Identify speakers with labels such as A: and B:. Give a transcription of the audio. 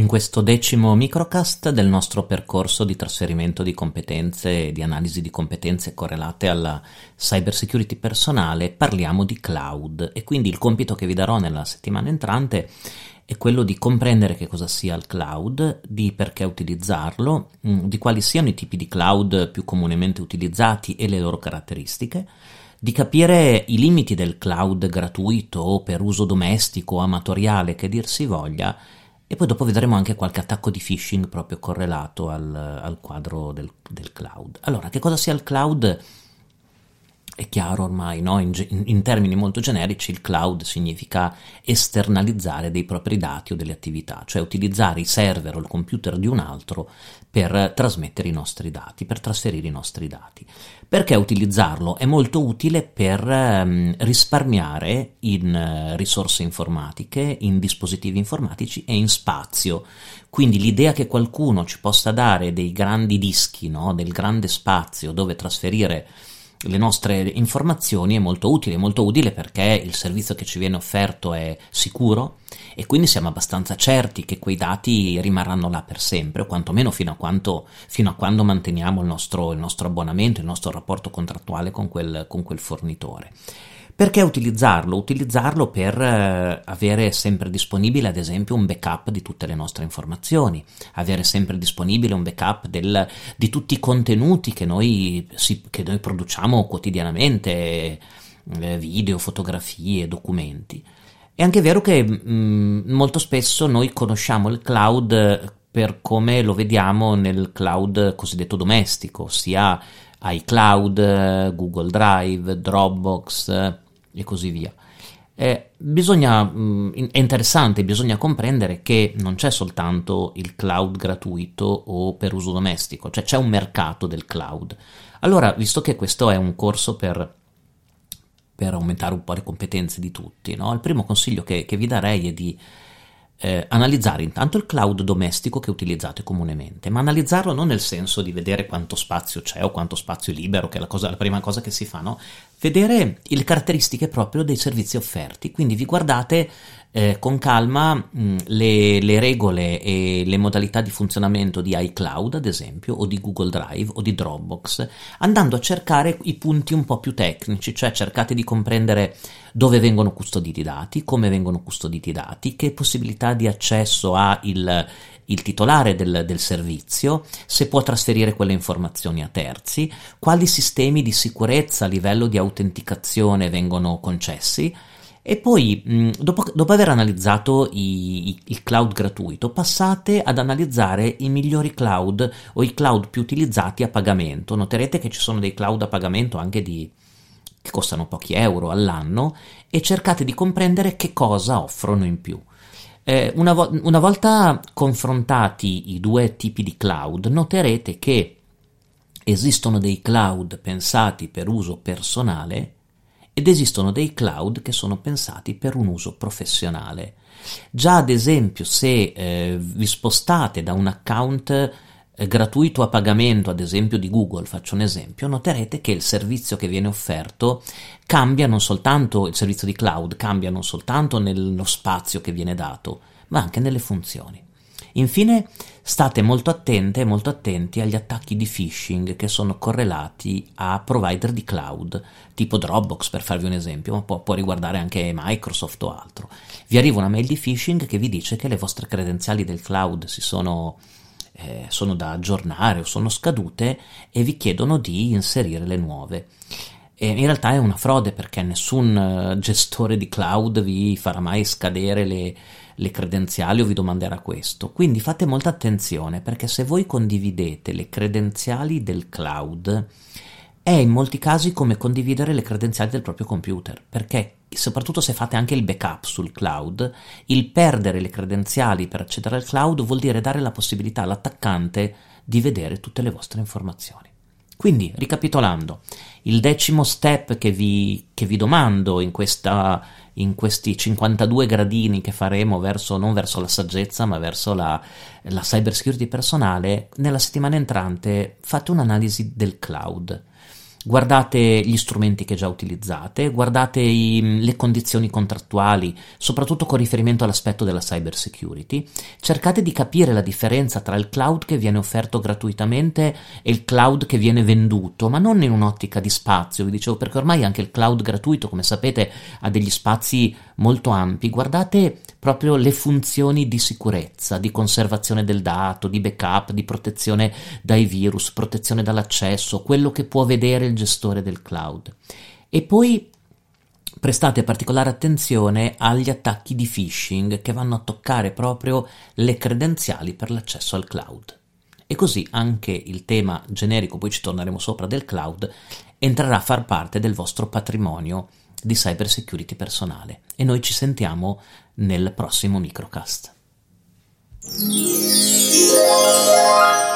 A: in questo 10° microcast del nostro percorso di trasferimento di competenze e di analisi di competenze correlate alla cyber security personale parliamo di cloud, e quindi il compito che vi darò nella settimana entrante è quello di comprendere che cosa sia il cloud, di perché utilizzarlo, di quali siano i tipi di cloud più comunemente utilizzati e le loro caratteristiche, di capire i limiti del cloud gratuito o per uso domestico o amatoriale che dir si voglia, e poi dopo vedremo anche qualche attacco di phishing proprio correlato al quadro del cloud. Allora, che cosa sia il cloud? È chiaro ormai, no? In termini molto generici, il cloud significa esternalizzare dei propri dati o delle attività, cioè utilizzare i server o il computer di un altro per trasmettere i nostri dati, per trasferire i nostri dati. Perché utilizzarlo? È molto utile per risparmiare in risorse informatiche, in dispositivi informatici e in spazio. Quindi l'idea che qualcuno ci possa dare dei grandi dischi, no? Del grande spazio dove trasferire le nostre informazioni è molto utile perché il servizio che ci viene offerto è sicuro e quindi siamo abbastanza certi che quei dati rimarranno là per sempre, o quantomeno fino a quando manteniamo il nostro abbonamento, il nostro rapporto contrattuale con quel fornitore. Perché utilizzarlo? Utilizzarlo per avere sempre disponibile, ad esempio, un backup di tutte le nostre informazioni, avere sempre disponibile un backup di tutti i contenuti che noi produciamo quotidianamente, video, fotografie, documenti. È anche vero che molto spesso noi conosciamo il cloud per come lo vediamo nel cloud cosiddetto domestico, ossia iCloud, Google Drive, Dropbox e così via. È interessante, bisogna comprendere che non c'è soltanto il cloud gratuito o per uso domestico, cioè c'è un mercato del cloud. Allora, visto che questo è un corso per aumentare un po' le competenze di tutti, no? Il primo consiglio che vi darei è di analizzare intanto il cloud domestico che utilizzate comunemente, ma analizzarlo non nel senso di vedere quanto spazio c'è o quanto spazio è libero, che è la prima cosa che si fa, no? Vedere le caratteristiche proprio dei servizi offerti, quindi vi guardate con calma le regole e le modalità di funzionamento di iCloud, ad esempio, o di Google Drive o di Dropbox, andando a cercare i punti un po' più tecnici, cioè cercate di comprendere dove vengono custoditi i dati, come vengono custoditi i dati, che possibilità di accesso ha il titolare del servizio, se può trasferire quelle informazioni a terzi, quali sistemi di sicurezza a livello di autenticazione vengono concessi. E poi, dopo aver analizzato il cloud gratuito, passate ad analizzare i migliori cloud o i cloud più utilizzati a pagamento. Noterete che ci sono dei cloud a pagamento anche che costano pochi euro all'anno, e cercate di comprendere che cosa offrono in più. Una volta confrontati i due tipi di cloud, noterete che esistono dei cloud pensati per uso personale ed esistono dei cloud che sono pensati per un uso professionale. Già, ad esempio, se vi spostate da un account gratuito a pagamento, ad esempio di Google, faccio un esempio, noterete che il servizio che viene offerto cambia non soltanto, il servizio di cloud cambia non soltanto nello spazio che viene dato, ma anche nelle funzioni. Infine, state molto attente e molto attenti agli attacchi di phishing che sono correlati a provider di cloud, tipo Dropbox per farvi un esempio, ma può riguardare anche Microsoft o altro. Vi arriva una mail di phishing che vi dice che le vostre credenziali del cloud sono da aggiornare o sono scadute e vi chiedono di inserire le nuove. E in realtà è una frode, perché nessun gestore di cloud vi farà mai scadere le credenziali o vi domanderà questo. Quindi fate molta attenzione, perché se voi condividete le credenziali del cloud è in molti casi come condividere le credenziali del proprio computer, perché soprattutto se fate anche il backup sul cloud, il perdere le credenziali per accedere al cloud vuol dire dare la possibilità all'attaccante di vedere tutte le vostre informazioni. Quindi, ricapitolando, il 10° step che vi domando in questi 52 gradini che faremo non verso la saggezza, ma verso la cyber security personale, nella settimana entrante fate un'analisi del cloud. guardate gli strumenti che già utilizzate, guardate le condizioni contrattuali, soprattutto con riferimento all'aspetto della cyber security, cercate di capire la differenza tra il cloud che viene offerto gratuitamente e il cloud che viene venduto, ma non in un'ottica di spazio, vi dicevo, perché ormai anche il cloud gratuito, come sapete, ha degli spazi molto ampi. Guardate proprio le funzioni di sicurezza, di conservazione del dato, di backup, di protezione dai virus, protezione dall'accesso, quello che può vedere il gestore del cloud. E poi prestate particolare attenzione agli attacchi di phishing che vanno a toccare proprio le credenziali per l'accesso al cloud. E così anche il tema generico, poi ci torneremo sopra, del cloud entrerà a far parte del vostro patrimonio di cyber security personale. E noi ci sentiamo nel prossimo microcast.